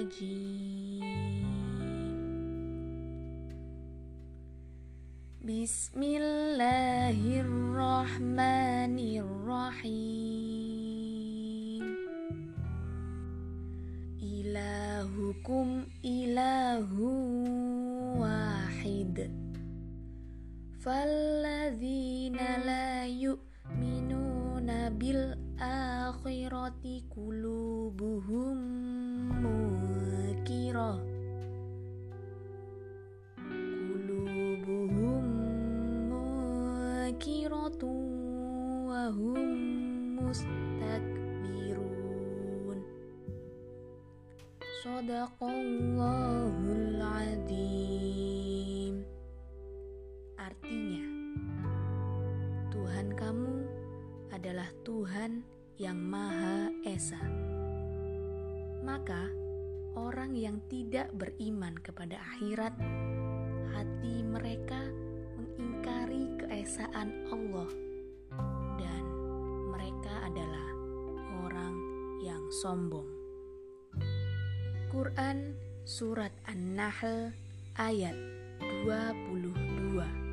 Bismillahirrahmanirrahim. Ilahukum ilahu wahid. Falladzina la yu'minuna bil akhirati qulubuhum munkirah. Wa hum mustakbirun. Shadaqallahul adzim. Artinya, Tuhan kamu adalah Tuhan yang Maha Esa. Maka orang yang tidak beriman kepada akhirat, hati mereka mengingkari keesaan Allah, dan mereka adalah orang yang sombong. Quran Surat An-Nahl ayat 22.